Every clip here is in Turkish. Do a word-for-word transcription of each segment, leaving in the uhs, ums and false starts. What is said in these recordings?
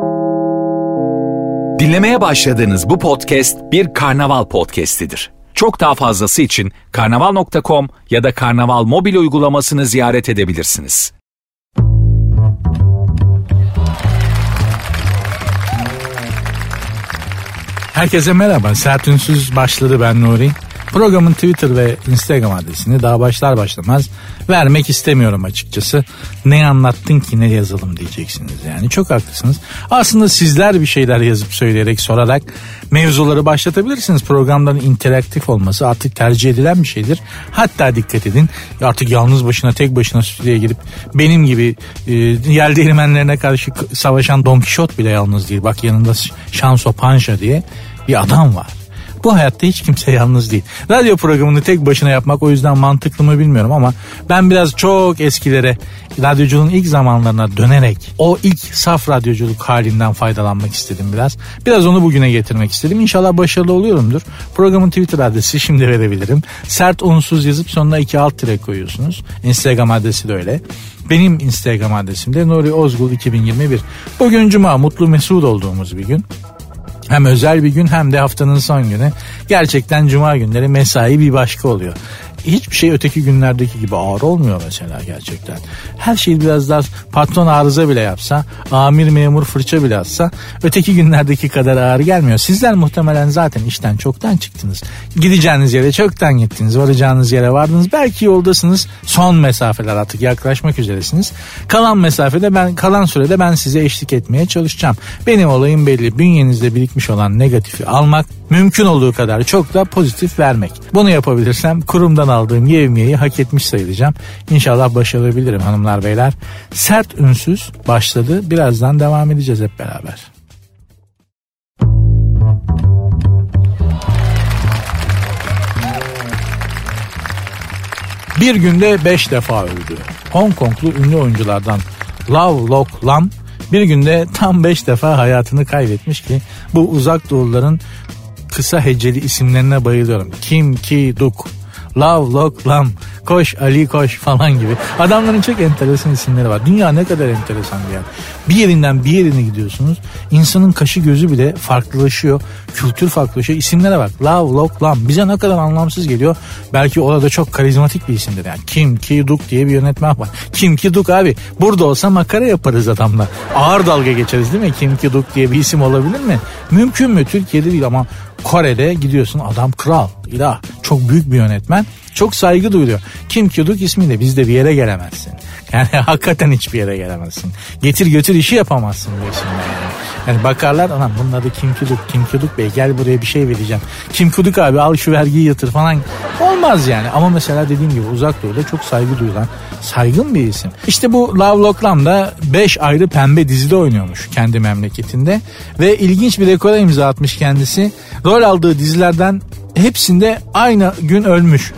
Dinlemeye başladığınız bu podcast bir karnaval podcastidir. Çok daha fazlası için karnaval nokta com ya da Karnaval mobil uygulamasını ziyaret edebilirsiniz. Herkese merhaba. Sert Ünsüz başladı, ben Nuri. Programın Twitter ve Instagram adresini daha başlar başlamaz vermek istemiyorum açıkçası. Ne anlattın ki, ne yazalım diyeceksiniz yani. Çok haklısınız. Aslında sizler bir şeyler yazıp söyleyerek, sorarak mevzuları başlatabilirsiniz. Programların interaktif olması artık tercih edilen bir şeydir. Hatta dikkat edin, artık yalnız başına, tek başına stüdyoya girip benim gibi e, yel değirmenlerine karşı savaşan Don Kişot bile yalnız değil. Bak, yanında Şanso Panşa diye bir adam var. Bu hayatta hiç kimse yalnız değil. Radyo programını tek başına yapmak o yüzden mantıklı mı bilmiyorum ama ben biraz çok eskilere, radyoculuğun ilk zamanlarına dönerek o ilk saf radyoculuk halinden faydalanmak istedim biraz. Biraz onu bugüne getirmek istedim. İnşallah başarılı oluyorumdur. Programın Twitter adresi şimdi verebilirim. Sert unsuz yazıp sonuna iki alt tire koyuyorsunuz. Instagram adresi de öyle. Benim Instagram adresim de Nuri Ozgul iki bin yirmi bir. Bugün Cuma, mutlu mesut olduğumuz bir gün. Hem özel bir gün hem de haftanın son günü. Gerçekten Cuma günleri mesai bir başka oluyor. Hiçbir şey öteki günlerdeki gibi ağır olmuyor mesela gerçekten. Her şey biraz daha, patron arıza bile yapsa, amir memur fırça bile atsa öteki günlerdeki kadar ağır gelmiyor. Sizler muhtemelen zaten işten çoktan çıktınız. Gideceğiniz yere çoktan gittiniz. Varacağınız yere vardınız. Belki yoldasınız. Son mesafeler, artık yaklaşmak üzeresiniz. Kalan mesafede ben, kalan sürede ben size eşlik etmeye çalışacağım. Benim olayım belli. Bünyenizde birikmiş olan negatifi almak, mümkün olduğu kadar çok da pozitif vermek. Bunu yapabilirsem kurumdan aldığım yevmiyeyi hak etmiş sayılacağım. İnşallah başarabilirim hanımlar beyler. Sert Ünsüz başladı. Birazdan devam edeceğiz hep beraber. Bir günde beş defa öldü. Hong Konglu ünlü oyunculardan Lau Lok Lam bir günde tam beş defa hayatını kaybetmiş ki bu uzak doğuların kısa heceli isimlerine bayılıyorum. Kim Ki Duk, Lau Lok Lam, Koş Ali Koş falan gibi. Adamların çok enteresan isimleri var. Dünya ne kadar enteresan bir yer. Bir yerinden bir yerine gidiyorsunuz. İnsanın kaşı gözü bile farklılaşıyor. Kültür farklılaşıyor. İsimlere bak. Lau Lok Lam. Bize ne kadar anlamsız geliyor. Belki orada çok karizmatik bir isimdir. Yani Kim Ki Duk diye bir yönetmen var. Kim Ki Duk abi. Burada olsa makara yaparız adamla. Ağır dalga geçeriz değil mi? Kim Ki Duk diye bir isim olabilir mi? Mümkün mü? Türkiye'de değil ama Kore'de gidiyorsun, adam kral, ilah, çok büyük bir yönetmen, çok saygı duyuluyor. Kim Ki Duk ismiyle bizde bir yere gelemezsin. Yani hakikaten hiçbir yere gelemezsin. Getir götür işi yapamazsın bu isimle yani. Yani bakarlar, anam bunun adı Kim Ki Duk, Kim Ki Duk Bey gel buraya bir şey vereceğim. Kim Ki Duk abi al şu vergiyi yatır falan. Olmaz yani. Ama mesela dediğim gibi uzak doğuda çok saygı duyulan, saygın bir isim. İşte bu Lau Lok Lam da beş ayrı pembe dizide oynuyormuş kendi memleketinde. Ve ilginç bir rekora imza atmış kendisi. Rol aldığı dizilerden hepsinde aynı gün ölmüş.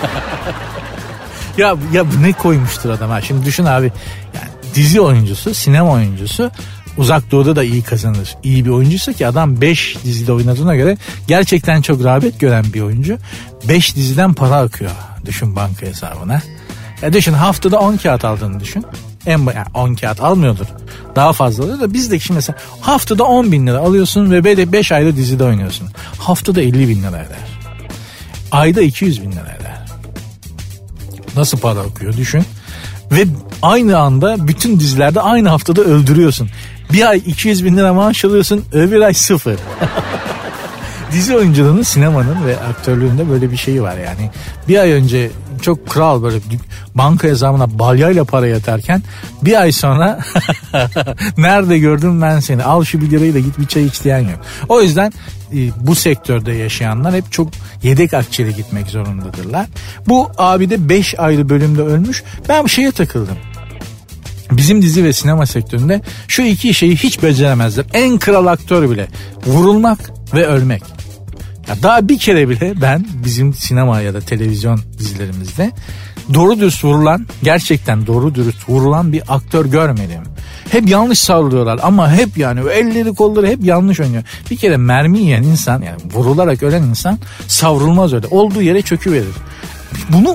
ya ya ne koymuştur adam ha. Şimdi düşün abi. Yani dizi oyuncusu, sinema oyuncusu, uzak doğuda da iyi kazanır. İyi bir oyuncuysa ki adam beş dizide oynadığına göre gerçekten çok rağbet gören bir oyuncu. beş diziden para akıyor. Düşün banka hesabına. Ya düşün, haftada on kağıt aldığını düşün. En yani on kağıt almıyordur. Daha fazla oluyor da bizdeki şimdi mesela haftada on bin lira alıyorsun ve beş ayda dizide oynuyorsun. Haftada elli bin lira eder. Ayda iki yüz bin lira eder. Nasıl para akıyor düşün. Ve aynı anda bütün dizilerde aynı haftada öldürüyorsun. Bir ay iki yüz bin lira maaş alıyorsun, öbür ay sıfır. Dizi oyunculuğunun, sinemanın ve aktörlüğünde böyle bir şeyi var yani. Bir ay önce çok kral böyle banka hesabına balyayla para yatarken bir ay sonra nerede gördüm ben seni, al şu bir lirayı da git bir çay iç diyen yok. O yüzden e, bu sektörde yaşayanlar hep çok yedek akçeli gitmek zorundadırlar. Bu abi de beş ayrı bölümde ölmüş. Ben bu şeye takıldım. Bizim dizi ve sinema sektöründe şu iki şeyi hiç beceremezler. En kral aktör bile vurulmak ve ölmek. Ya daha bir kere bile ben bizim sinema ya da televizyon dizilerimizde doğru dürüst vurulan, gerçekten doğru dürüst vurulan bir aktör görmedim. Hep yanlış savruluyorlar ama hep yani elleri kolları hep yanlış oynuyor. Bir kere mermi yiyen insan, yani vurularak ölen insan savrulmaz öyle. Olduğu yere çöküverir. Bunu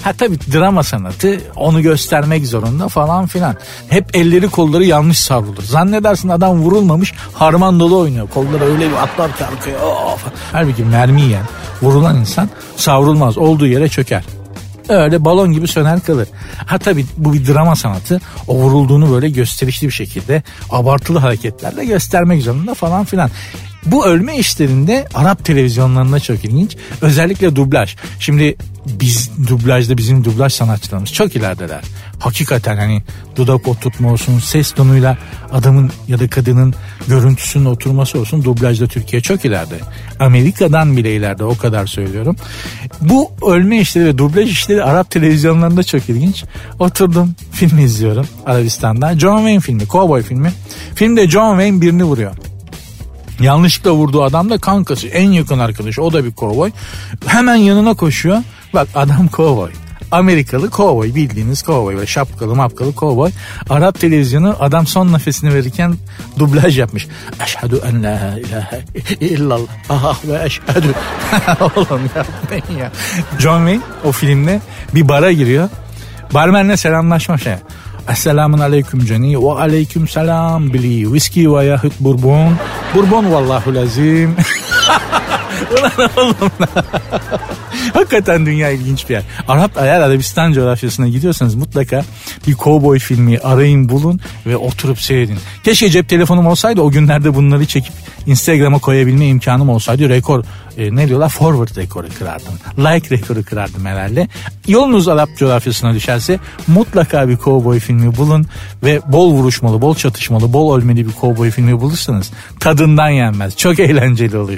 Ha tabii drama sanatı onu göstermek zorunda falan filan. Hep elleri kolları yanlış savrulur. Zannedersin adam vurulmamış, harmandolu oynuyor. Kolları öyle bir atlar kalkıyor. Oh. Halbuki mermi yiyen, vurulan insan savrulmaz. Olduğu yere çöker. Öyle balon gibi söner kalır. Ha tabii bu bir drama sanatı. O vurulduğunu böyle gösterişli bir şekilde abartılı hareketlerle göstermek zorunda falan filan. Bu ölme işlerinde Arap televizyonlarında çok ilginç. Özellikle dublaj. Şimdi biz dublajda bizim dublaj sanatçılarımız çok ilerideler. Hakikaten hani dudak oturtma olsun, ses tonuyla adamın ya da kadının görüntüsünün oturması olsun, dublajda Türkiye çok ileride. Amerika'dan bile ileride, o kadar söylüyorum. Bu ölme işleri ve dublaj işleri Arap televizyonlarında çok ilginç. Oturdum film izliyorum Arabistan'da. John Wayne filmi, Cowboy filmi. Filmde John Wayne birini vuruyor. Yanlışlıkla vurduğu adam da kankası, en yakın arkadaşı, o da bir kovboy. Hemen yanına koşuyor. Bak adam kovboy. Amerikalı kovboy, bildiğiniz kovboy ve şapkalı mapkalı kovboy. Arap televizyonu adam son nefesini verirken dublaj yapmış. Eşhedü en la ilahe illallah ah ve eşhedü. Oğlum yapmayın ya. John Wayne o filmde bir bara giriyor. Barmenle selamlaşma şey. Esselamun aleyküm cani ve aleyküm selam bili viski ve yahut bourbon. Bourbon vallahu lazim. Ulan oğlum. Hakikaten dünya ilginç bir yer. Arap eğer Arabistan coğrafyasına gidiyorsanız mutlaka bir kovboy filmi arayın, bulun ve oturup seyredin. Keşke cep telefonum olsaydı, o günlerde bunları çekip Instagram'a koyabilme imkanım olsaydı. Rekor e, ne diyorlar, forward rekoru kırardım. Like rekoru kırardım herhalde. Yolunuz Arap coğrafyasına düşerse mutlaka bir kovboy filmi bulun ve bol vuruşmalı, bol çatışmalı, bol ölmeli bir kovboy filmi bulursanız tadından yenmez. Çok eğlenceli oluyor.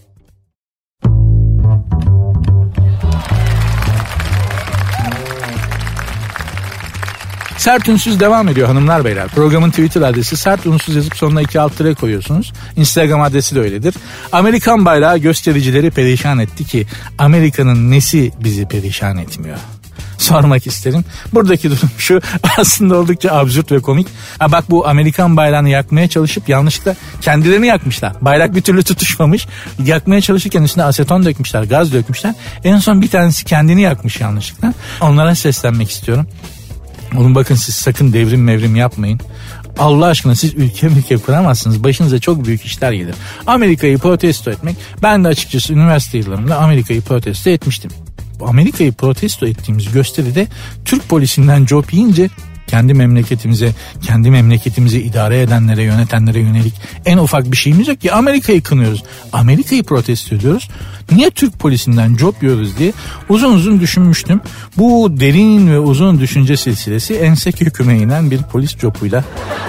Sert Unsuz devam ediyor hanımlar beyler. Programın Twitter adresi Sert Unsuz yazıp sonuna iki alt tere koyuyorsunuz. Instagram adresi de öyledir. Amerikan bayrağı göstericileri perişan etti ki Amerika'nın nesi bizi perişan etmiyor? Sormak isterim. Buradaki durum şu, aslında oldukça absürt ve komik. Ha bak, bu Amerikan bayrağını yakmaya çalışıp yanlışlıkla kendilerini yakmışlar. Bayrak bir türlü tutuşmamış. Yakmaya çalışırken üstüne aseton dökmüşler, gaz dökmüşler. En son bir tanesi kendini yakmış yanlışlıkla. Onlara seslenmek istiyorum. Oğlum bakın, siz sakın devrim mevrim yapmayın. Allah aşkına siz ülke ülke kuramazsınız. Başınıza çok büyük işler gelir. Amerika'yı protesto etmek. Ben de açıkçası üniversite yıllarımda Amerika'yı protesto etmiştim. Amerika'yı protesto ettiğimiz gösteride Türk polisinden job yiyince kendi memleketimize, kendi memleketimizi idare edenlere, yönetenlere yönelik en ufak bir şeyimiz yok ki. Amerika'yı kınıyoruz. Amerika'yı protesto ediyoruz. Niye Türk polisinden job yiyoruz diye uzun uzun düşünmüştüm. Bu derin ve uzun düşünce silsilesi ense köküme inen bir polis jobuyla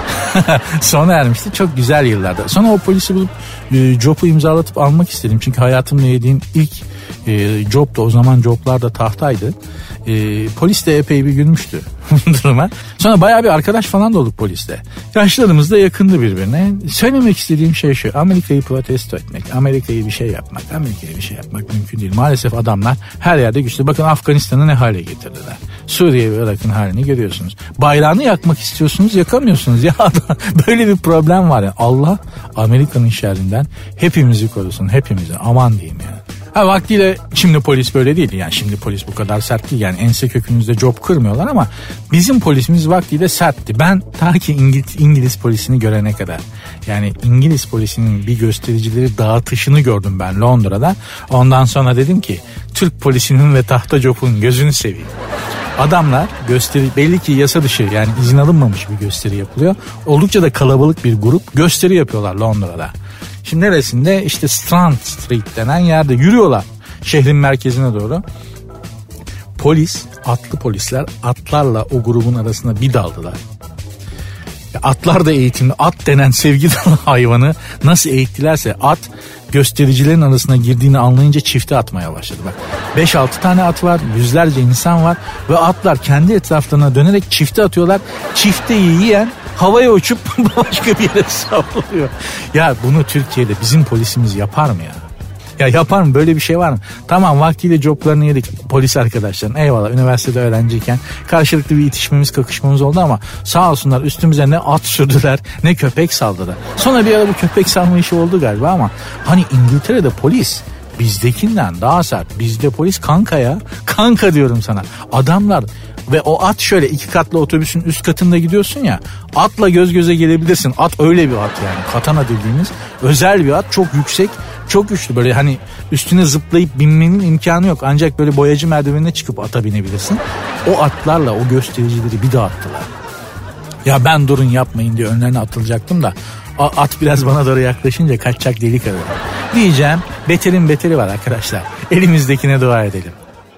sona ermişti. Çok güzel yıllarda. Sonra o polisi bulup e, jobu imzalatıp almak istedim. Çünkü hayatımda yediğim ilk e, job da, o zaman joblar da tahtaydı. E, polis de epey bir gülmüştü duruma. Sonra bayağı bir arkadaş falan da olduk poliste. Yaşlarımız da yakındı birbirine. Söylemek istediğim şey şu: Amerika'yı protesto etmek, Amerika'yı bir şey yapmak, Amerika'yı bir şey yapmak mümkün değil. Maalesef adamlar her yerde güçlü. Bakın Afganistan'ı ne hale getirdiler. Suriye ve Irak'ın halini görüyorsunuz. Bayrağını yakmak istiyorsunuz, yakamıyorsunuz. Ya böyle bir problem var ya. Allah Amerika'nın şerrinden hepimizi korusun, hepimizi. Aman diyeyim yani. Ha vaktiyle şimdi polis böyle değil. Yani şimdi polis bu kadar sert değil. Yani ense kökünüzde job kırmıyorlar ama bizim polisimiz vaktiyle sertti. Ben ta ki İngiliz, İngiliz polisini görene kadar. Yani İngiliz polisinin bir göstericileri dağıtışını gördüm ben Londra'da. Ondan sonra dedim ki Türk polisinin ve tahta jobun gözünü seveyim. Adamlar gösteri, belli ki yasa dışı, yani izin alınmamış bir gösteri yapılıyor. Oldukça da kalabalık bir grup gösteri yapıyorlar Londra'da. Şimdi neresinde? İşte Strand Street denen yerde yürüyorlar şehrin merkezine doğru. Polis, atlı polisler atlarla o grubun arasında bir daldılar. Atlar da eğitimli. At denen sevgi dolu hayvanı nasıl eğittilerse at göstericilerin arasına girdiğini anlayınca çifte atmaya başladı. Bak, beş altı tane at var, yüzlerce insan var ve atlar kendi etraflarına dönerek çifte atıyorlar. Çifteyi yiyen havaya uçup başka bir yere savruluyor. Ya bunu Türkiye'de bizim polisimiz yapar mı ya? Ya yapar mı? Böyle bir şey var mı? Tamam, vaktiyle joblarını yedik polis arkadaşların. Eyvallah, üniversitede öğrenciyken karşılıklı bir itişmemiz, kakışmamız oldu ama sağ olsunlar üstümüze ne at sürdüler ne köpek saldılar. Sonra bir ara bu köpek salma işi oldu galiba ama hani İngiltere'de polis bizdekinden daha sert. Bizde polis kanka ya. Kanka diyorum sana. Adamlar ve o at şöyle iki katlı otobüsün üst katında gidiyorsun ya. Atla göz göze gelebilirsin. At öyle bir at yani. Katana dediğimiz özel bir at. Çok yüksek, çok güçlü. Böyle hani üstüne zıplayıp binmenin imkanı yok. Ancak böyle boyacı merdivenine çıkıp ata binebilirsin. O atlarla o göstericileri bir daha attılar. Ya ben durun yapmayın diye önlerine atılacaktım da at biraz bana doğru yaklaşınca kaçacak delik arıyor. Diyeceğim, beterin beteri var arkadaşlar. Elimizdekine dua edelim.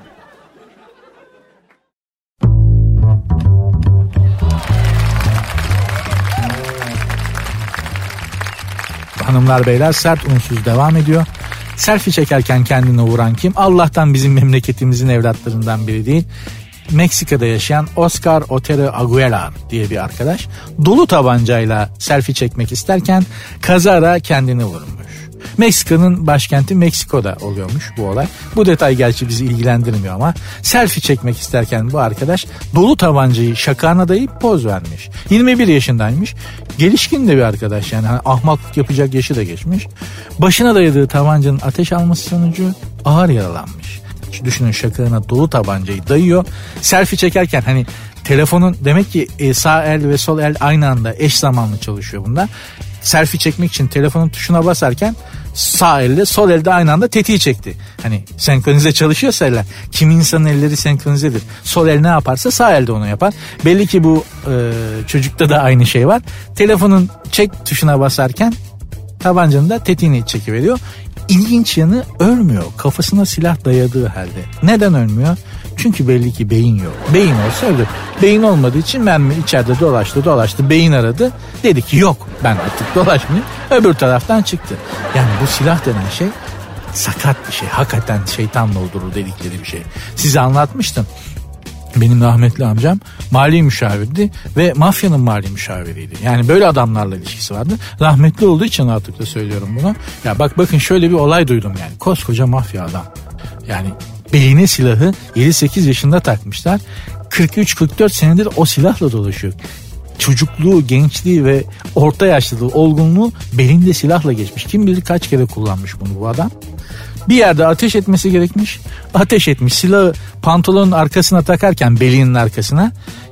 Hanımlar beyler, sert unsuz devam ediyor. Selfie çekerken kendine vuran kim? Allah'tan bizim memleketimizin evlatlarından biri değil. Meksika'da yaşayan Oscar Otero Aguilar diye bir arkadaş dolu tabancayla selfie çekmek isterken kazara kendini vurmuş. Meksika'nın başkenti Meksiko'da oluyormuş bu olay. Bu detay gerçi bizi ilgilendirmiyor ama selfie çekmek isterken bu arkadaş dolu tabancayı şakağına dayayıp poz vermiş. yirmi bir yaşındaymış. Gelişkin de bir arkadaş yani hani ahmaklık yapacak yaşı da geçmiş. Başına dayadığı tabancanın ateş alması sonucu ağır yaralanmış. Düşünün, şakağına dolu tabancayı dayıyor. Selfie çekerken hani telefonun demek ki sağ el ve sol el aynı anda eş zamanlı çalışıyor bunda. Selfie çekmek için telefonun tuşuna basarken sağ elle sol elde aynı anda tetiği çekti. Hani senkronize çalışıyorsa eller. Kimi insanın elleri senkronizedir. Sol el ne yaparsa sağ elde onu yapar. Belli ki bu e, çocukta da aynı şey var. Telefonun çek tuşuna basarken tabancanın da tetiğini çekiveriyor. İlginç yanı ölmüyor. Kafasına silah dayadığı halde. Neden ölmüyor? Çünkü belli ki beyin yok. Beyin olsa ölür. Beyin olmadığı için mermi içeride dolaştı dolaştı. Beyin aradı. Dedi ki yok, ben artık dolaşmayayım. Öbür taraftan çıktı. Yani bu silah denen şey sakat bir şey. Hakikaten şeytan doldurur dedikleri bir şey. Size anlatmıştım. Benim rahmetli amcam mali müşavirdi ve mafyanın mali müşaviriydi. Yani böyle adamlarla ilişkisi vardı. Rahmetli olduğu için rahatlıkla söylüyorum bunu. Ya bak bakın şöyle bir olay duydum yani. Koskoca mafya adam. Yani beyine silahı yedi sekiz yaşında takmışlar. kırk üç kırk dört senedir o silahla dolaşıyor. Çocukluğu, gençliği ve orta yaşlılığı, olgunluğu belinde silahla geçmiş. Kim bilir kaç kere kullanmış bunu bu adam. Bir yerde ateş etmesi gerekmiş. Ateş etmiş. Silahı pantolonun arkasına takarken belinin arkasına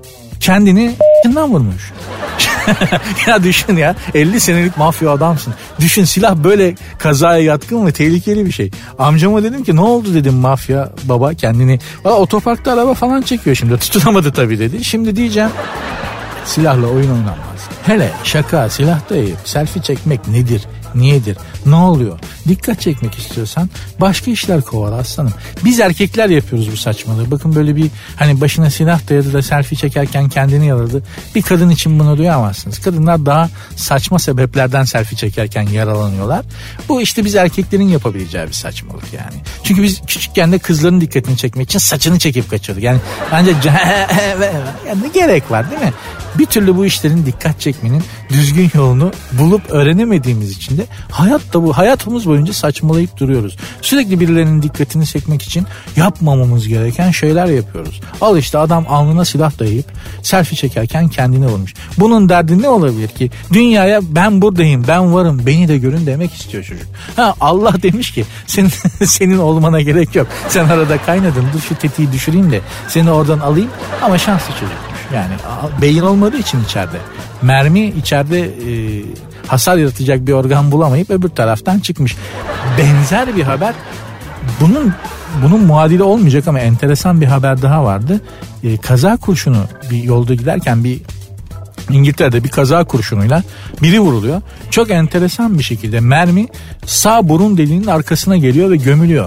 kendini vurmuş. Ya düşün ya, elli senelik mafya adamsın. Düşün, silah böyle kazaya yatkın ve tehlikeli bir şey. Amcama dedim ki ne oldu dedim, mafya baba kendini. Otoparkta araba falan çekiyor şimdi, tutunamadı tabii dedi. Şimdi diyeceğim silahla oyun oynanmaz. Hele şaka, silah dayayıp selfie çekmek nedir? Niyedir? Ne oluyor? Dikkat çekmek istiyorsan başka işler kovala aslanım. Biz erkekler yapıyoruz bu saçmalığı. Bakın böyle bir hani başına silah dayadı da selfie çekerken kendini yaradı. Bir kadın için bunu duyamazsınız. Kadınlar daha saçma sebeplerden selfie çekerken yaralanıyorlar. Bu işte biz erkeklerin yapabileceği bir saçmalık yani. Çünkü biz küçükken de kızların dikkatini çekmek için saçını çekip kaçıyorduk. Yani ancak yani ne gerek var değil mi? Bir türlü bu işlerin dikkat çekmenin düzgün yolunu bulup öğrenemediğimiz için de hayatta bu hayatımız boyunca saçmalayıp duruyoruz. Sürekli birilerinin dikkatini çekmek için yapmamamız gereken şeyler yapıyoruz. Al işte adam alnına silah dayayıp selfie çekerken kendine vurmuş. Bunun derdi ne olabilir ki? Dünyaya ben buradayım, ben varım, beni de görün demek istiyor çocuk. Ha, Allah demiş ki senin, senin olmana gerek yok. Sen arada kaynadın, dur şu tetiği düşüreyim de seni oradan alayım, ama şanslı çocukmuş. Yani beyin olmadığı için içeride. Mermi içeride e, hasar yaratacak bir organ bulamayıp öbür taraftan çıkmış. Benzer bir haber, bunun bunun muadili olmayacak ama enteresan bir haber daha vardı. E, kaza kurşunu, bir yolda giderken bir İngiltere'de bir kaza kurşunuyla biri vuruluyor. Çok enteresan bir şekilde mermi sağ burun deliğinin arkasına geliyor ve gömülüyor.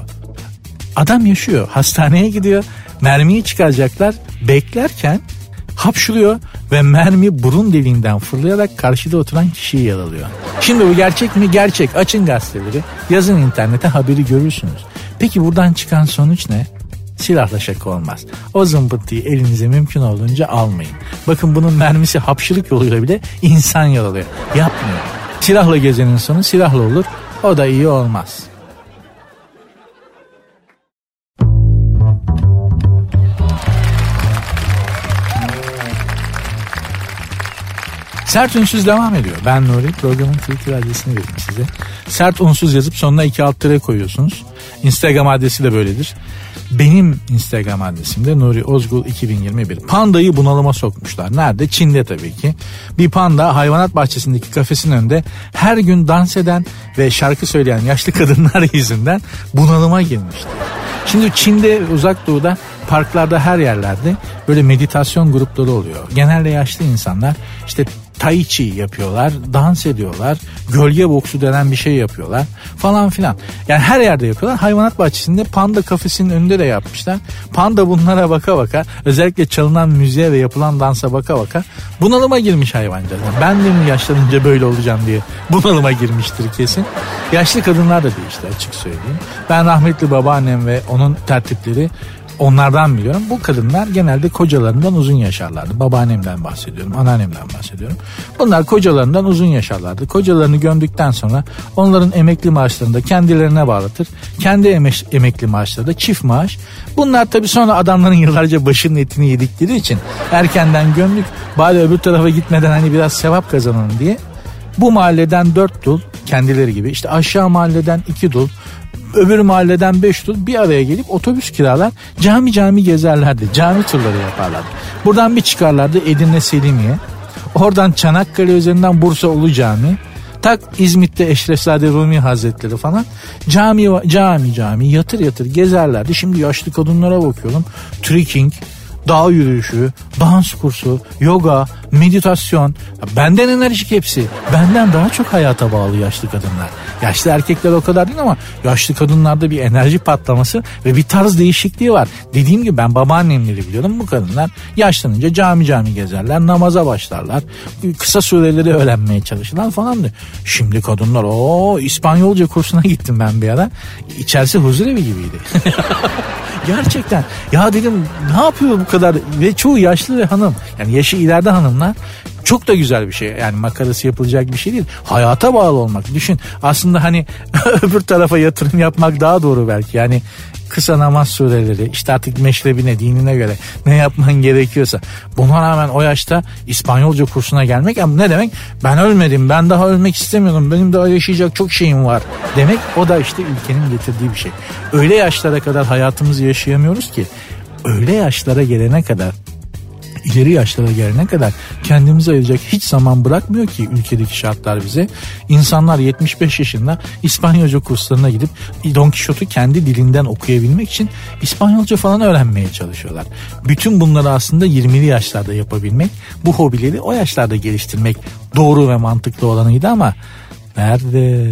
Adam yaşıyor. Hastaneye gidiyor. Mermiyi çıkaracaklar. Beklerken hapşırıyor ve mermi burun deliğinden fırlayarak karşıda oturan kişiyi yaralıyor. Şimdi bu gerçek mi? Gerçek. Açın gazeteleri, yazın internete, haberi görürsünüz. Peki buradan çıkan sonuç ne? Silahla şaka olmaz. O zımbırtıyı elinize mümkün olduğunca almayın. Bakın bunun mermisi hapşırık yoluyla bile insan yaralıyor. Yapmıyor. Silahla gezenin sonu silahla olur. O da iyi olmaz. Sert Unsuz devam ediyor. Ben Nuri. Programın Twitter adresini vereyim size. Sert Unsuz yazıp sonuna iki alt tere koyuyorsunuz. Instagram adresi de böyledir. Benim Instagram adresim de Nuri Ozgul iki bin yirmi bir. Pandayı bunalıma sokmuşlar. Nerede? Çin'de tabii ki. Bir panda hayvanat bahçesindeki kafesin önünde her gün dans eden ve şarkı söyleyen yaşlı kadınlar yüzünden bunalıma girmişti. Şimdi Çin'de, Uzak Doğu'da parklarda, her yerlerde böyle meditasyon grupları oluyor. Genelde yaşlı insanlar işte tai chi yapıyorlar, dans ediyorlar, gölge boksu denen bir şey yapıyorlar falan filan. Yani her yerde yapıyorlar. Hayvanat bahçesinde panda kafesinin önünde de yapmışlar. Panda bunlara baka baka, özellikle çalınan müziğe ve yapılan dansa baka baka bunalıma girmiş hayvancağız. Ben de mi yaşlanınca böyle olacağım diye bunalıma girmiştir kesin. Yaşlı kadınlar da değişti, açık söyleyeyim. Ben rahmetli babaannem ve onun tertipleri, onlardan biliyorum. Bu kadınlar genelde kocalarından uzun yaşarlardı. Babaannemden bahsediyorum, anneannemden bahsediyorum. Bunlar kocalarından uzun yaşarlardı. Kocalarını gömdükten sonra onların emekli maaşlarını da kendilerine bağlatır. Kendi emek, emekli maaşları da çift maaş. Bunlar tabii sonra adamların yıllarca başının etini yedikleri için erkenden gömdük. Bari öbür tarafa gitmeden hani biraz sevap kazanalım diye. Bu mahalleden dört dul kendileri gibi, işte aşağı mahalleden iki dul, öbür mahalleden beş dul bir araya gelip otobüs kiralar, cami cami gezerlerdi. Cami turları yaparlardı. Buradan bir çıkarlardı Edirne Selimiye. Oradan Çanakkale üzerinden Bursa Ulu Cami. Tak İzmit'te Eşrefzade Rumi Hazretleri falan. Cami cami cami yatır yatır gezerlerdi. Şimdi yaşlı kadınlara bakıyorum. Trekking, dağ yürüyüşü, dans kursu, yoga, meditasyon. Benden enerjik hepsi. Benden daha çok hayata bağlı yaşlı kadınlar. Yaşlı erkekler o kadar değil ama yaşlı kadınlarda bir enerji patlaması ve bir tarz değişikliği var. Dediğim gibi ben babaannemleri biliyorum. Bu kadınlar yaşlanınca cami cami gezerler, namaza başlarlar, kısa sureleri öğrenmeye çalışırlar falan diyor. Şimdi kadınlar, o İspanyolca kursuna gittim ben bir ara. İçerisi huzurevi gibiydi. Gerçekten. Ya dedim, ne yapıyor bu kadar? Ve çoğu yaşlı ve hanım. Yani yaşı ileride hanımlar. Çok da güzel bir şey. Yani makarası yapılacak bir şey değil. Hayata bağlı olmak. Düşün. Aslında hani öbür tarafa yatırım yapmak daha doğru belki. Yani kısa namaz sureleri, işte artık meşrebine, dinine göre ne yapman gerekiyorsa. Buna rağmen o yaşta İspanyolca kursuna gelmek, ama ne demek? Ben ölmedim, ben daha ölmek istemiyorum, benim daha yaşayacak çok şeyim var demek. O da işte ülkenin getirdiği bir şey. Öyle yaşlara kadar hayatımızı yaşayamıyoruz ki, öyle yaşlara gelene kadar, ileri yaşlara gelene kadar kendimize ayıracak hiç zaman bırakmıyor ki ülkedeki şartlar bize. İnsanlar yetmiş beş yaşında İspanyolca kurslarına gidip Don Quixote'u kendi dilinden okuyabilmek için İspanyolca falan öğrenmeye çalışıyorlar. Bütün bunları aslında yirmili yaşlarda yapabilmek, bu hobileri o yaşlarda geliştirmek doğru ve mantıklı olanıydı ama nerede?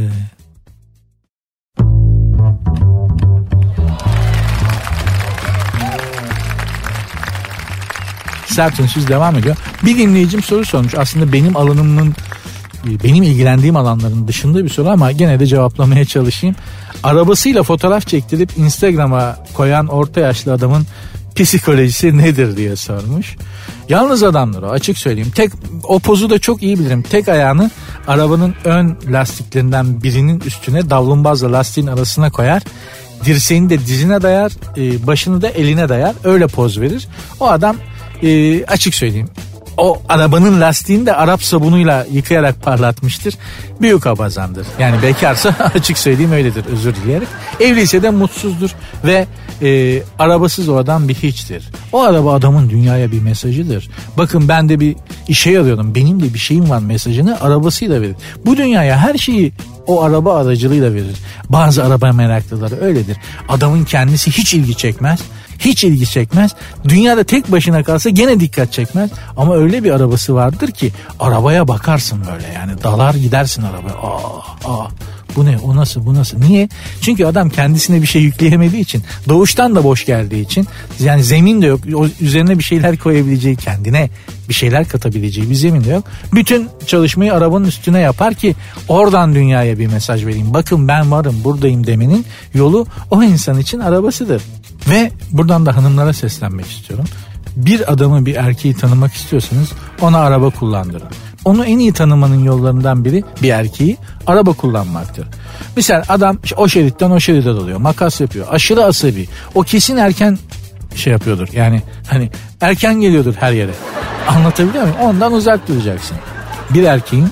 Sert Unsuz devam ediyor. Bir dinleyicim soru sormuş. Aslında benim alanımın, benim ilgilendiğim alanların dışında bir soru ama gene de cevaplamaya çalışayım. Arabasıyla fotoğraf çektirip Instagram'a koyan orta yaşlı adamın psikolojisi nedir diye sormuş. Yalnız adamdır o, açık söyleyeyim. Tek, o pozu da çok iyi bilirim. Tek ayağını arabanın ön lastiklerinden birinin üstüne, davlumbazla lastiğin arasına koyar. Dirseğini de dizine dayar, başını da eline dayar. Öyle poz verir. O adam, Ee, açık söyleyeyim, o arabanın lastiğini de Arap sabunuyla yıkayarak parlatmıştır. Büyük abazandır. Yani bekarsa açık söyleyeyim öyledir, özür dileyerek. Evliyse de mutsuzdur ve e, arabasız o adam bir hiçtir. O araba adamın dünyaya bir mesajıdır. Bakın ben de bir işe yarıyorum, benim de bir şeyim var mesajını arabasıyla verir. Bu dünyaya her şeyi o araba aracılığıyla verir. Bazı araba meraklıları öyledir. Adamın kendisi hiç ilgi çekmez. Hiç ilgi çekmez. Dünyada tek başına kalsa gene dikkat çekmez. Ama öyle bir arabası vardır ki arabaya bakarsın böyle, yani dalar gidersin arabaya. Aa, aa, bu ne, o nasıl, bu nasıl? Niye? Çünkü adam kendisine bir şey yükleyemediği için, doğuştan da boş geldiği için, yani zemin de yok. O üzerine bir şeyler koyabileceği, kendine bir şeyler katabileceği bir zemin de yok. Bütün çalışmayı arabanın üstüne yapar ki oradan dünyaya bir mesaj vereyim. Bakın ben varım, buradayım demenin yolu o insan için arabasıdır. Ve buradan da hanımlara seslenmek istiyorum. Bir adamı, bir erkeği tanımak istiyorsanız ona araba kullandırın. Onu en iyi tanımanın yollarından biri bir erkeği araba kullanmaktır. Mesela adam o şeritten o şeride dalıyor, makas yapıyor, aşırı asabi. O kesin erken şey yapıyordur. Yani hani erken geliyordur her yere. Anlatabiliyor muyum? Ondan uzak duracaksın. Bir erkeğin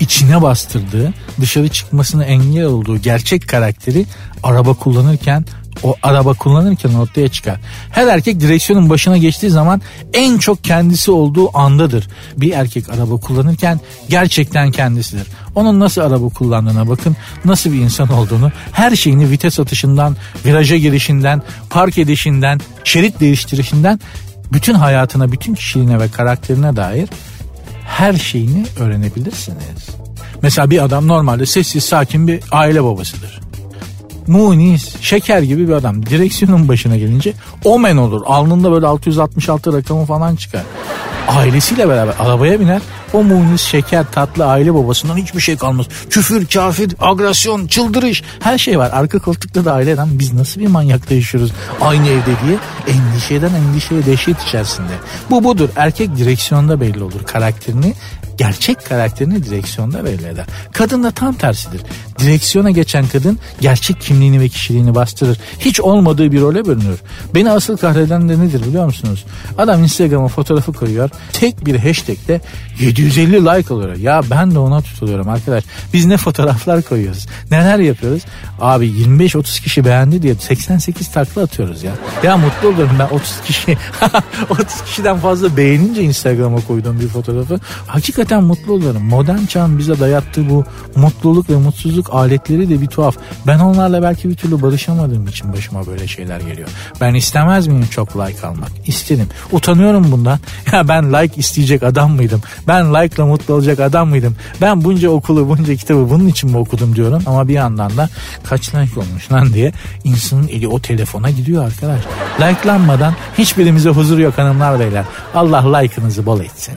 içine bastırdığı, dışarı çıkmasına engel olduğu gerçek karakteri araba kullanırken o araba kullanırken ortaya çıkar. Her erkek direksiyonun başına geçtiği zaman en çok kendisi olduğu andadır. Bir erkek araba kullanırken gerçekten kendisidir. Onun nasıl araba kullandığına bakın, nasıl bir insan olduğunu, her şeyini vites atışından, viraja girişinden, park edişinden, şerit değiştirişinden, bütün hayatına, bütün kişiliğine ve karakterine dair her şeyini öğrenebilirsiniz. Mesela bir adam normalde sessiz, sakin bir aile babasıdır. Munis, şeker gibi bir adam. Direksiyonun başına gelince omen olur. Alnında böyle altı yüz altmış altı rakamı falan çıkar. Ailesiyle beraber arabaya biner. O munis, şeker, tatlı aile babasından hiçbir şey kalmaz. Küfür, kafir, agresyon, çıldırış, her şey var. Arka koltukta da aileden biz nasıl bir manyakla yaşıyoruz aynı evde diye endişeden endişeye, dehşet içerisinde. Bu budur. Erkek direksiyonda belli olur. Karakterini, gerçek karakterini direksiyonda belli eder. Kadın da tam tersidir. Direksiyona geçen kadın gerçek kimliğini ve kişiliğini bastırır. Hiç olmadığı bir role bürünür. Beni asıl kahreden de nedir biliyor musunuz? Adam Instagram'a fotoğrafı koyuyor. Tek bir hashtag'te yedi yüz elli like alıyor. Ya ben de ona tutuluyorum arkadaş. Biz ne fotoğraflar koyuyoruz, neler yapıyoruz. Abi yirmi beş otuz kişi beğendi diye seksen sekiz takla atıyoruz ya. Ya mutlu olurum ben otuz kişi otuz kişiden fazla beğenince Instagram'a koyduğum bir fotoğrafı. Hakikaten mutlu oluyorum. Modern çağın bize dayattığı bu mutluluk ve mutsuzluk aletleri de bir tuhaf. Ben onlarla belki bir türlü barışamadığım için başıma böyle şeyler geliyor. Ben istemez miyim çok like almak? İsterim. Utanıyorum bundan. Ya ben like isteyecek adam mıydım? Ben like'la mutlu olacak adam mıydım? Ben bunca okulu, bunca kitabı bunun için mi okudum diyorum. Ama bir yandan da kaç like olmuş lan diye insanın eli o telefona gidiyor arkadaş. Like'lanmadan hiçbirimize huzur yok hanımlar beyler. Allah like'ınızı bol etsin.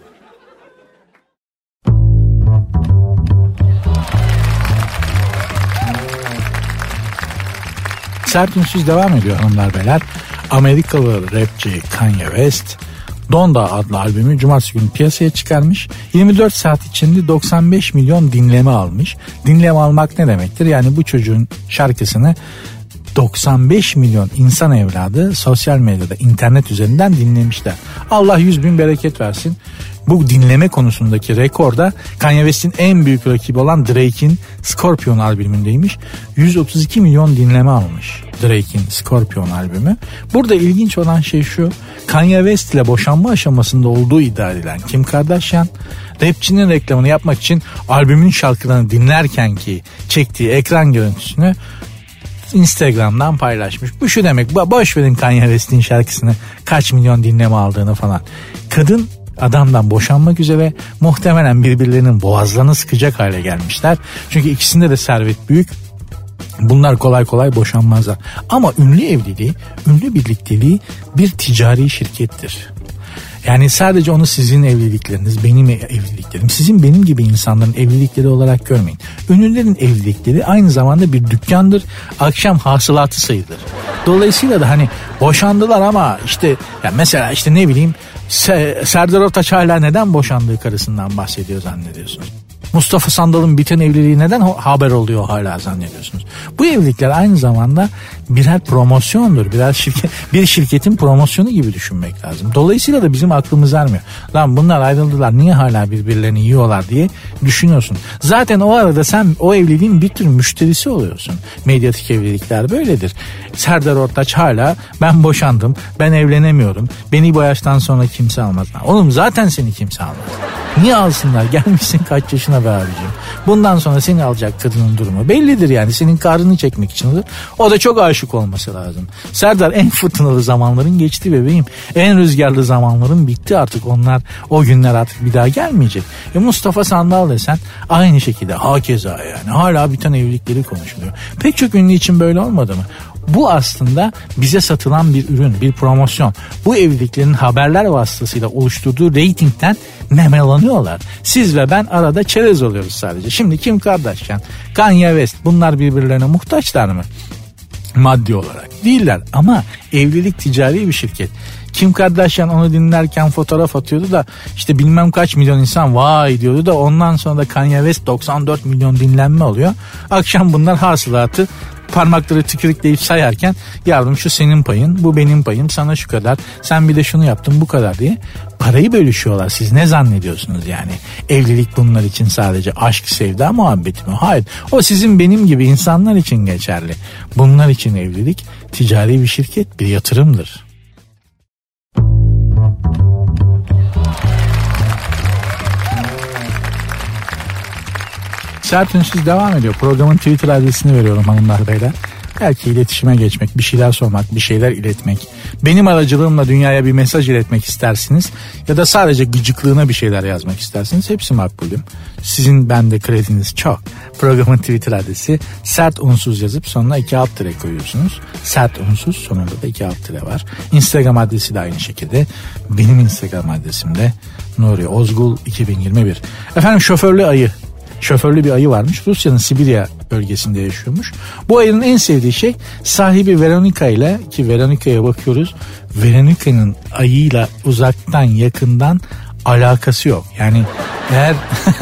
Sert Ünsüz devam ediyor hanımlar beyler. Amerikalı rapçi Kanye West Donda adlı albümü cumartesi günü piyasaya çıkarmış. yirmi dört saat içinde doksan beş milyon dinleme almış. Dinleme almak ne demektir? Yani bu çocuğun şarkısını doksan beş milyon insan evladı sosyal medyada, internet üzerinden dinlemişler. Allah yüz bin bereket versin. Bu dinleme konusundaki rekorda Kanye West'in en büyük rakibi olan Drake'in Scorpion albümündeymiş. yüz otuz iki milyon dinleme almış Drake'in Scorpion albümü. Burada ilginç olan şey şu: Kanye West ile boşanma aşamasında olduğu iddia edilen Kim Kardashian, rapçinin reklamını yapmak için albümün şarkılarını dinlerken ki çektiği ekran görüntüsünü Instagram'dan paylaşmış. Bu şu demek: boş verin Kanye West'in şarkısını kaç milyon dinleme aldığını falan. Kadın adamdan boşanmak üzere, muhtemelen birbirlerinin boğazlarını sıkacak hale gelmişler. Çünkü ikisinde de servet büyük. Bunlar kolay kolay boşanmazlar. Ama ünlü evliliği, ünlü birlikteliği bir ticari şirkettir. Yani sadece onu sizin evlilikleriniz, benim evliliklerim, sizin benim gibi insanların evlilikleri olarak görmeyin. Ünlülerin evlilikleri aynı zamanda bir dükkandır. Akşam hasılatı sayılır. Dolayısıyla da hani boşandılar ama işte ya mesela işte ne bileyim Serdar Ortaç hala neden boşandığı karısından bahsediyor zannediyorsunuz? Mustafa Sandal'ın biten evliliği neden haber oluyor hala zannediyorsunuz? Bu evlilikler aynı zamanda birer promosyondur. Birer şirket, bir şirketin promosyonu gibi düşünmek lazım. Dolayısıyla da bizim aklımız ermiyor. Lan bunlar ayrıldılar, niye hala birbirlerini yiyorlar diye düşünüyorsun. Zaten o arada sen o evliliğin bir tür müşterisi oluyorsun. Medyatik evlilikler böyledir. Serdar Ortaç hala ben boşandım, ben evlenemiyorum, beni bu yaştan sonra kimse almaz. Oğlum zaten seni kimse almaz. Niye alsınlar? Gelmişsin kaç yaşına be abicim. Bundan sonra seni alacak kadının durumu bellidir yani. Senin karnını çekmek için olur. O da çok aşık olması lazım. Serdar en fırtınalı zamanların geçti bebeğim. En rüzgarlı zamanların bitti artık. Onlar, o günler artık bir daha gelmeyecek. E Mustafa Sandal desen aynı şekilde hakeza yani. Hala biten evlilikleri konuşuluyor. Pek çok ünlü için böyle olmadı mı? Bu aslında bize satılan bir ürün, bir promosyon. Bu evliliklerin haberler vasıtasıyla oluşturduğu reytingden nemalanıyorlar. Siz ve ben arada çerez oluyoruz sadece. Şimdi Kim Kardashian, Kanye West, bunlar birbirlerine muhtaçlar mı? Maddi olarak değiller ama evlilik ticari bir şirket. Kim Kardashian onu dinlerken fotoğraf atıyordu da işte bilmem kaç milyon insan vay diyordu da ondan sonra da Kanye West doksan dört milyon dinlenme oluyor. Akşam bunlar hasılatı parmakları tükürükleyip sayarken yavrum şu senin payın, bu benim payım, sana şu kadar, sen bir de şunu yaptın bu kadar diye parayı bölüşüyorlar. Siz ne zannediyorsunuz yani? Evlilik bunlar için sadece aşk, sevda muhabbeti mi? Hayır. O sizin benim gibi insanlar için geçerli. Bunlar için evlilik ticari bir şirket, bir yatırımdır. Sert Ünsüz devam ediyor. Programın Twitter adresini veriyorum hanımlar beyler. Belki iletişime geçmek, bir şeyler sormak, bir şeyler iletmek. Benim aracılığımla dünyaya bir mesaj iletmek istersiniz. Ya da sadece gıcıklığına bir şeyler yazmak istersiniz. Hepsi makbulüm. Sizin bende krediniz çok. Programın Twitter adresi Sert Unsuz yazıp sonuna iki alt tire koyuyorsunuz. Sert Unsuz, sonunda da iki alt tire var. Instagram adresi de aynı şekilde. Benim Instagram adresim de Nuri Ozgul iki bin yirmi bir. Efendim, şoförlü ayı. Şoförlü bir ayı varmış. Rusya'nın Sibirya bölgesinde yaşıyormuş. Bu ayının en sevdiği şey sahibi Veronika ile, ki Veronika'ya bakıyoruz. Veronika'nın ayıyla uzaktan yakından alakası yok. Yani eğer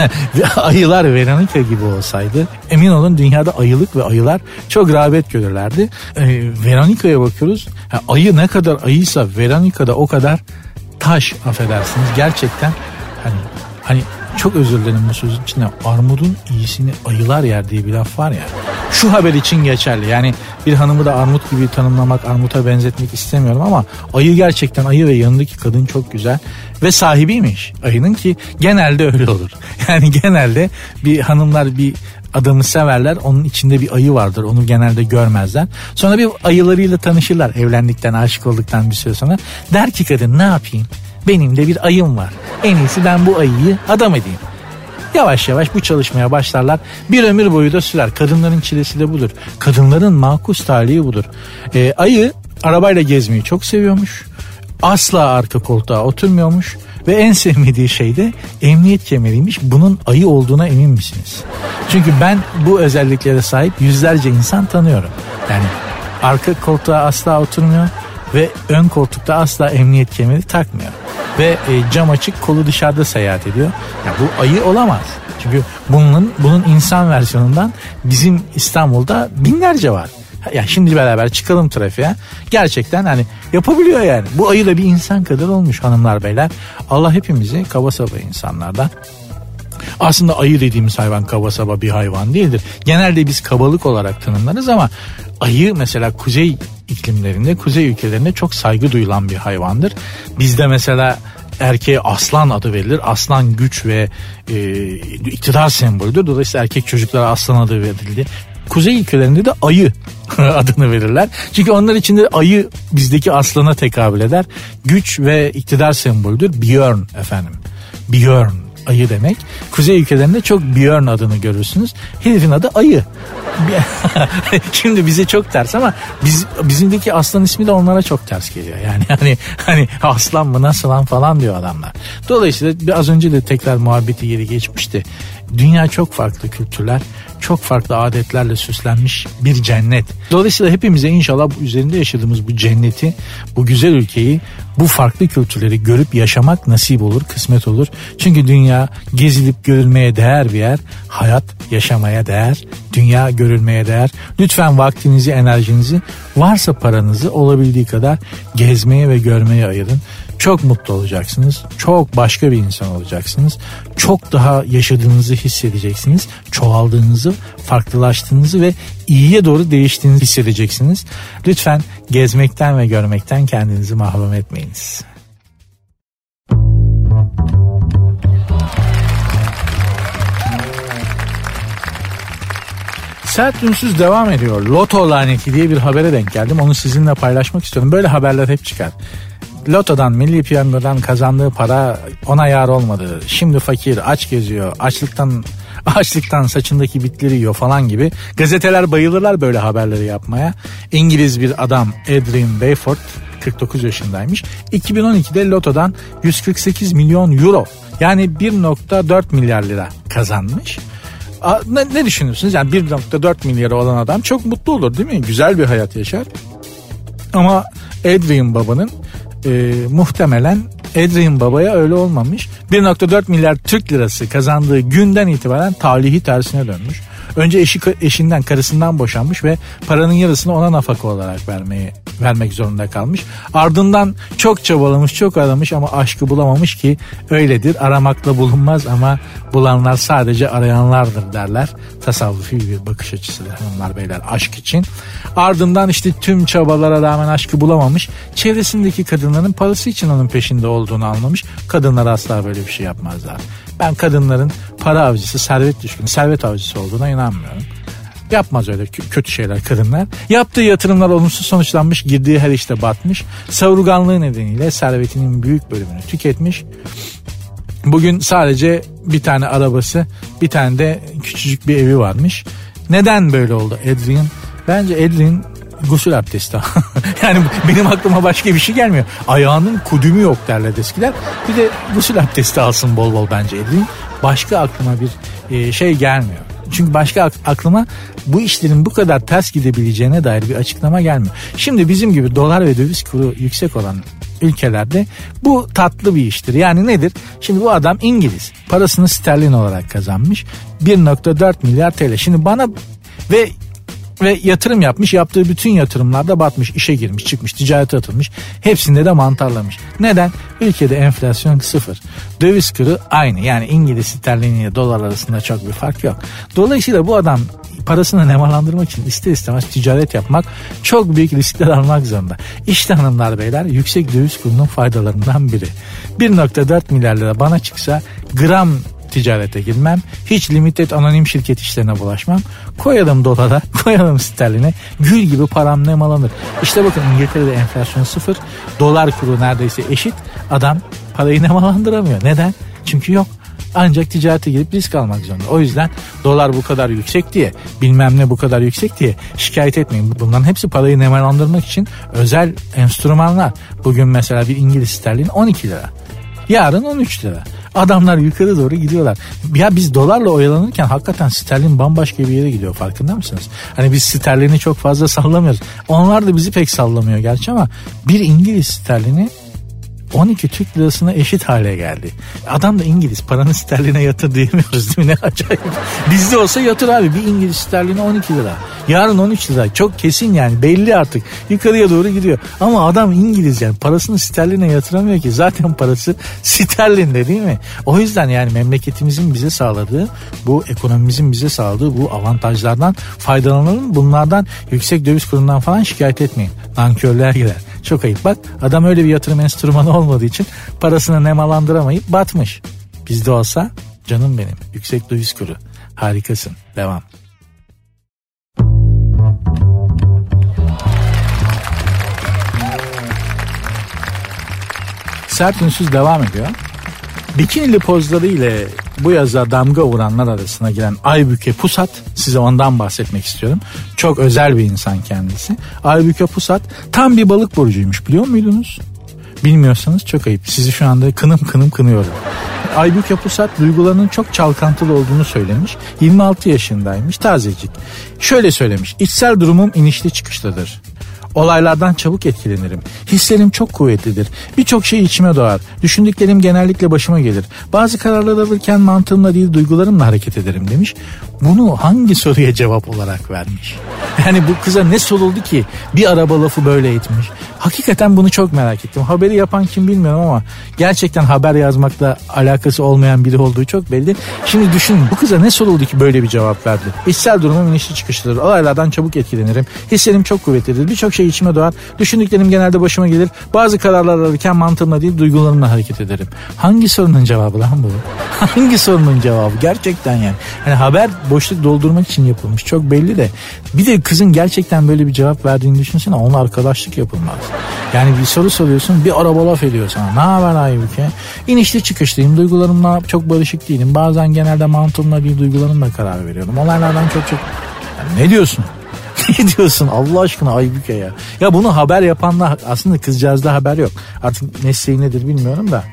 ayılar Veronika gibi olsaydı emin olun dünyada ayılık ve ayılar çok rağbet görürlerdi. Ee, Veronika'ya bakıyoruz. Yani ayı ne kadar ayıysa Veronika da o kadar taş, affedersiniz. Gerçekten hani hani çok özür dilerim bu sözün içinde, armudun iyisini ayılar yer diye bir laf var ya. Şu haber için geçerli. Yani bir hanımı da armut gibi tanımlamak, armuta benzetmek istemiyorum ama ayı gerçekten ayı ve yanındaki kadın çok güzel ve sahibiymiş ayının, ki genelde öyle olur. Yani genelde bir hanımlar bir adamı severler, onun içinde bir ayı vardır, onu genelde görmezler. Sonra bir ayılarıyla tanışırlar, evlendikten, aşık olduktan bir süre sonra. Der ki kadın, ne yapayım? Benim de bir ayım var. En iyisi ben bu ayıyı adam edeyim. Yavaş yavaş bu çalışmaya başlarlar. Bir ömür boyu da sürer. Kadınların çilesi de budur. Kadınların makus talihi budur. Ee, ayı arabayla gezmeyi çok seviyormuş. Asla arka koltuğa oturmuyormuş. Ve en sevmediği şey de emniyet kemeriymiş. Bunun ayı olduğuna emin misiniz? Çünkü ben bu özelliklere sahip yüzlerce insan tanıyorum. Yani arka koltuğa asla oturmuyor. Ve ön koltukta asla emniyet kemeri takmıyor. Ve e, cam açık, kolu dışarıda seyahat ediyor. Ya bu ayı olamaz. Çünkü bunun bunun insan versiyonundan bizim İstanbul'da binlerce var. Ya şimdi beraber çıkalım trafiğe. Gerçekten hani yapabiliyor yani. Bu ayı da bir insan kadar olmuş hanımlar beyler. Allah hepimizi kaba saba insanlardan. Aslında ayı dediğimiz hayvan kaba saba bir hayvan değildir. Genelde biz kabalık olarak tanımlarız ama ayı mesela kuzey iklimlerinde, kuzey ülkelerinde çok saygı duyulan bir hayvandır. Bizde mesela erkeğe aslan adı verilir. Aslan güç ve e, iktidar sembolüdür. Dolayısıyla erkek çocuklara aslan adı verildi. Kuzey ülkelerinde de ayı adını verirler. Çünkü onlar için de ayı bizdeki aslana tekabül eder. Güç ve iktidar sembolüdür. Björn efendim. Björn. Ayı demek. Kuzey ülkelerinde çok Björn adını görürsünüz. Herifin adı ayı. Şimdi bize çok ters ama biz bizimdeki aslan ismi de onlara çok ters geliyor. Yani hani hani aslan mı nasıl lan falan diyor adamlar. Dolayısıyla az önce de tekrar muhabbeti yeri geçmişti. Dünya çok farklı kültürler, çok farklı adetlerle süslenmiş bir cennet. Dolayısıyla hepimize inşallah bu üzerinde yaşadığımız bu cenneti, bu güzel ülkeyi, bu farklı kültürleri görüp yaşamak nasip olur, kısmet olur. Çünkü dünya gezilip görülmeye değer bir yer, hayat yaşamaya değer, dünya görülmeye değer. Lütfen vaktinizi, enerjinizi, varsa paranızı olabildiği kadar gezmeye ve görmeye ayırın. Çok mutlu olacaksınız. Çok başka bir insan olacaksınız. Çok daha yaşadığınızı hissedeceksiniz. Çoğaldığınızı, farklılaştığınızı ve iyiye doğru değiştiğinizi hissedeceksiniz. Lütfen gezmekten ve görmekten kendinizi mahrum etmeyiniz. Sert Ünsüz devam ediyor. Loto laneti diye bir habere denk geldim. Onu sizinle paylaşmak istiyorum. Böyle haberler hep çıkar. Lotodan, milli piyangodan kazandığı para ona yar olmadı. Şimdi fakir, aç geziyor, açlıktan açlıktan saçındaki bitleri yiyor falan gibi. Gazeteler bayılırlar böyle haberleri yapmaya. İngiliz bir adam Adrian Bayford kırk dokuz yaşındaymış. iki bin on ikide Loto'dan yüz kırk sekiz milyon euro, yani bir virgül dört milyar lira kazanmış. Ne, ne düşünüyorsunuz? Yani bir virgül dört milyarı olan adam çok mutlu olur değil mi? Güzel bir hayat yaşar. Ama Adrian babanın e, muhtemelen Adrian babaya öyle olmamış. bir virgül dört milyar Türk lirası kazandığı günden itibaren talihi tersine dönmüş. Önce eşi, eşinden, karısından boşanmış ve paranın yarısını ona nafaka olarak vermeye vermek zorunda kalmış. Ardından çok çabalamış, çok aramış ama aşkı bulamamış ki öyledir. Aramakla bulunmaz ama bulanlar sadece arayanlardır derler. Tasavvufi bir bakış açısıdır hanımlar beyler aşk için. Ardından işte tüm çabalara rağmen aşkı bulamamış. Çevresindeki kadınların parası için onun peşinde olduğunu anlamış. Kadınlar asla böyle bir şey yapmazlar. Ben kadınların para avcısı, servet düşkünü, servet avcısı olduğuna inanmıyorum. Yapmaz öyle kötü şeyler kadınlar. Yaptığı yatırımlar olumsuz sonuçlanmış, girdiği her işte batmış. Savurganlığı nedeniyle servetinin büyük bölümünü tüketmiş. Bugün sadece bir tane arabası, bir tane de küçücük bir evi varmış. Neden böyle oldu Adrian? Bence Adrian gusül abdesti. Yani benim aklıma başka bir şey gelmiyor. Ayağının kudümü yok derler eskiler. Bir de gusül abdesti alsın bol bol bence Adrian. Başka aklıma bir şey gelmiyor. Çünkü başka aklıma bu işlerin bu kadar ters gidebileceğine dair bir açıklama gelmiyor. Şimdi bizim gibi dolar ve döviz kuru yüksek olan ülkelerde bu tatlı bir iştir. Yani nedir? Şimdi bu adam İngiliz. Parasını sterlin olarak kazanmış. bir virgül dört milyar T L. Şimdi bana ve ve yatırım yapmış. Yaptığı bütün yatırımlarda batmış. İşe girmiş, çıkmış, ticarete atılmış. Hepsinde de mantarlamış. Neden? Ülkede enflasyon sıfır. Döviz kuru aynı. Yani İngiliz sterlini ile dolar arasında çok bir fark yok. Dolayısıyla bu adam parasını nemalandırmak için ister istemez ticaret yapmak, çok büyük riskler almak zorunda. İşte hanımlar beyler yüksek döviz kurunun faydalarından biri. bir virgül dört milyar lira bana çıksa gram ticarete girmem. Hiç limited anonim şirket işlerine bulaşmam. Koyalım dolara, koyalım sterline. Gül gibi param nemalanır. İşte bakın İngiltere'de enflasyon sıfır. Dolar kuru neredeyse eşit. Adam parayı nemalandıramıyor. Neden? Çünkü yok. Ancak ticarete girip risk almak zorunda. O yüzden dolar bu kadar yüksek diye, bilmem ne bu kadar yüksek diye şikayet etmeyin. Bunların hepsi parayı nemalandırmak için özel enstrümanlar. Bugün mesela bir İngiliz sterlin on iki lira. Yarın on üç lira. Adamlar yukarı doğru gidiyorlar. Ya biz dolarla oyalanırken hakikaten sterlin bambaşka bir yere gidiyor, farkında mısınız? Hani biz sterlini çok fazla sallamıyoruz. Onlar da bizi pek sallamıyor gerçi ama bir İngiliz sterlini on iki Türk lirasına eşit hale geldi. Adam da İngiliz, paranı sterline yatır diyemiyoruz değil mi? Ne acayip. Bizde olsa yatır abi, bir İngiliz sterline on iki lira. Yarın on üç lira. Çok kesin yani, belli artık. Yukarıya doğru gidiyor. Ama adam İngiliz, yani parasını sterline yatıramıyor ki. Zaten parası sterlinde değil mi? O yüzden yani memleketimizin bize sağladığı, bu ekonomimizin bize sağladığı bu avantajlardan faydalanalım. Bunlardan, yüksek döviz kurundan falan şikayet etmeyin. Nankörler gider. Çok ayıp. Bak adam öyle bir yatırım enstrümanı olmadığı için parasını nemalandıramayıp batmış. Bizde olsa canım benim, yüksek döviz kuru. Harikasın. Devam. Sert Ünsüz devam ediyor. Bikinili pozları ile bu yaza damga vuranlar arasına giren Aybüke Pusat, size ondan bahsetmek istiyorum. Çok özel bir insan kendisi. Aybüke Pusat tam bir balık burcuymuş, biliyor muydunuz? Bilmiyorsanız çok ayıp. Sizi şu anda kınım kınım kınıyorum. Aybüke Pusat duygularının çok çalkantılı olduğunu söylemiş. yirmi altı yaşındaymış, tazecik. Şöyle söylemiş: İçsel durumum inişli çıkışlıdır. Olaylardan çabuk etkilenirim. Hislerim çok kuvvetlidir. Birçok şey içime doğar. Düşündüklerim genellikle başıma gelir. Bazı kararlar alırken mantığımla değil duygularımla hareket ederim demiş. Bunu hangi soruya cevap olarak vermiş? Yani bu kıza ne soruldu ki bir araba lafı böyle etmiş? Hakikaten bunu çok merak ettim. Haberi yapan kim bilmiyorum ama gerçekten haber yazmakla alakası olmayan biri olduğu çok belli. Şimdi düşünün, bu kıza ne soruldu ki böyle bir cevap verdi? İçsel durumum inişli çıkışlıdır. Olaylardan çabuk etkilenirim. Hislerim çok kuvvetlidir. Birçok şey içime doğar. Düşündüklerim genelde başıma gelir. Bazı kararlar alırken mantığımla değil duygularımla hareket ederim. Hangi sorunun cevabı lan bu? Hangi sorunun cevabı? Gerçekten yani. Hani haber boşluk doldurmak için yapılmış. Çok belli de. Bir de kızın gerçekten böyle bir cevap verdiğini düşünsene. Onunla arkadaşlık yapılmaz. Yani bir soru soruyorsun, bir araba laf ediyor sana. Ne haber Aybüke? İnişli çıkışlıyım. Duygularımla çok barışık değilim. Bazen genelde mantığımla değil duygularımla karar veriyorum. Olaylardan çok çok... Yani ne diyorsun? Ne diyorsun Allah aşkına Aybüke ya? Ya bunu haber yapanla aslında kızcağızda haber yok. Artık mesleği nedir bilmiyorum da.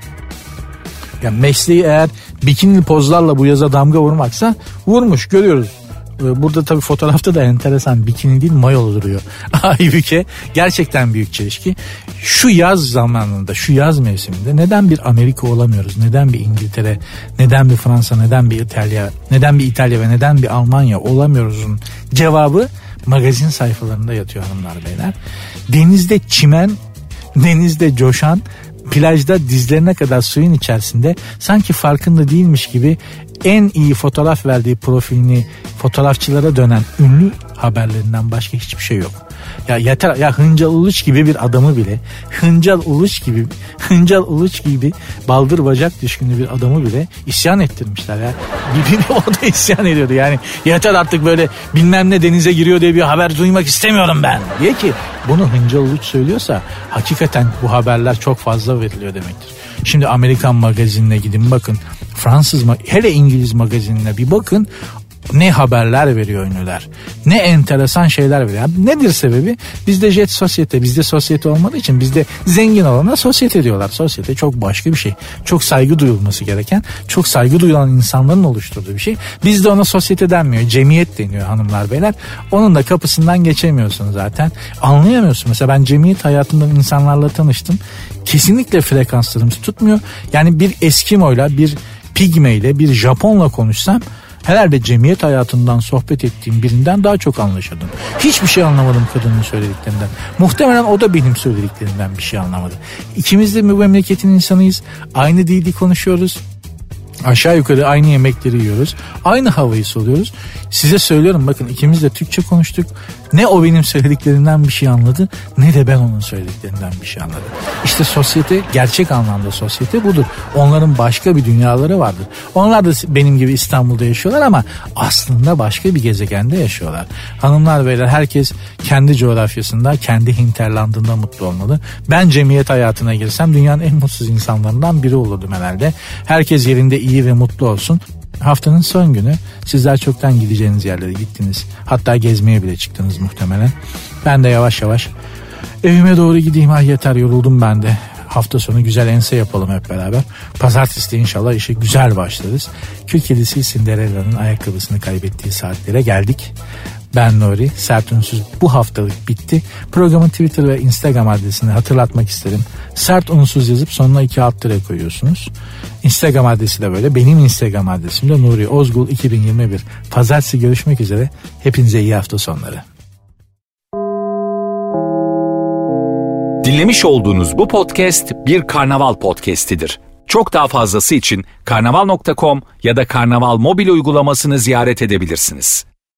Ya mesleği eğer bikinili pozlarla bu yaza damga vurmaksa vurmuş, görüyoruz. Burada tabii fotoğrafta da enteresan, bikini değil mayolu duruyor Aybüke. Gerçekten büyük çelişki. Şu yaz zamanında, şu yaz mevsiminde neden bir Amerika olamıyoruz? Neden bir İngiltere, neden bir Fransa, neden bir İtalya, neden bir İtalya ve neden bir Almanya olamıyoruzun cevabı magazin sayfalarında yatıyor hanımlar beyler. Denizde çimen, denizde coşan, plajda dizlerine kadar suyun içerisinde sanki farkında değilmiş gibi en iyi fotoğraf verdiği profilini fotoğrafçılara dönen ünlü haberlerinden başka hiçbir şey yok. Ya yeter ya, Hıncal Uluç gibi bir adamı bile, Hıncal Uluç gibi Hıncal Uluç gibi baldır bacak düşkünü bir adamı bile isyan ettirmişler ya. Bir, bir o da isyan ediyordu yani. Yeter artık böyle bilmem ne denize giriyor diye bir haber duymak istemiyorum ben diye ki bunu Hıncal Uluç söylüyorsa hakikaten bu haberler çok fazla veriliyor demektir. Şimdi Amerikan magazinine gidin bakın, Fransız hele İngiliz magazinine bir bakın. Ne haberler veriyor ünlüler. Ne enteresan şeyler veriyor. Nedir sebebi? Bizde jet sosyete, bizde sosyete olmadığı için bizde zengin olana sosyete diyorlar. Sosyete çok başka bir şey. Çok saygı duyulması gereken, çok saygı duyulan insanların oluşturduğu bir şey. Bizde ona sosyete denmiyor, cemiyet deniyor hanımlar beyler. Onun da kapısından geçemiyorsun zaten. Anlayamıyorsun. Mesela ben cemiyet hayatından insanlarla tanıştım. Kesinlikle frekanslarımız tutmuyor. Yani bir Eskimo'yla, bir Pigme'yle, bir Japon'la konuşsam herhalde cemiyet hayatından sohbet ettiğim birinden daha çok anlaşırdım. Hiçbir şey anlamadım kadının söylediklerinden. Muhtemelen o da benim söylediklerimden bir şey anlamadı. İkimiz de memleketin insanıyız. Aynı dili konuşuyoruz. Aşağı yukarı aynı yemekleri yiyoruz. Aynı havayı soluyoruz. Size söylüyorum bakın, ikimiz de Türkçe konuştuk. Ne o benim söylediklerimden bir şey anladı, ne de ben onun söylediklerinden bir şey anladım. İşte sosyete, gerçek anlamda sosyete budur. Onların başka bir dünyaları vardır. Onlar da benim gibi İstanbul'da yaşıyorlar ama aslında başka bir gezegende yaşıyorlar. Hanımlar beyler, herkes kendi coğrafyasında, kendi hinterlandında mutlu olmalı. Ben cemiyet hayatına girsem dünyanın en mutsuz insanlarından biri olurdum herhalde. Herkes yerinde iyi ve mutlu olsun. Haftanın son günü, sizler çoktan gideceğiniz yerlere gittiniz. Hatta gezmeye bile çıktınız muhtemelen. Ben de yavaş yavaş evime doğru gideyim. Ay yeter, yoruldum ben de. Hafta sonu güzel ense yapalım hep beraber. Pazartesi de inşallah işe güzel başlarız. Kül kedisi Cinderella'nın ayakkabısını kaybettiği saatlere geldik. Ben Nuri, Sert Unsuz bu haftalık bitti. Programın Twitter ve Instagram adresini hatırlatmak isterim. Sert Unsuz yazıp sonuna iki alt tere koyuyorsunuz. Instagram adresi de böyle. Benim Instagram adresim de Nuri Ozgul iki bin yirmi bir. Pazartesi görüşmek üzere. Hepinize iyi hafta sonları. Dinlemiş olduğunuz bu podcast bir Karnaval podcastidir. Çok daha fazlası için karnaval nokta com ya da Karnaval mobil uygulamasını ziyaret edebilirsiniz.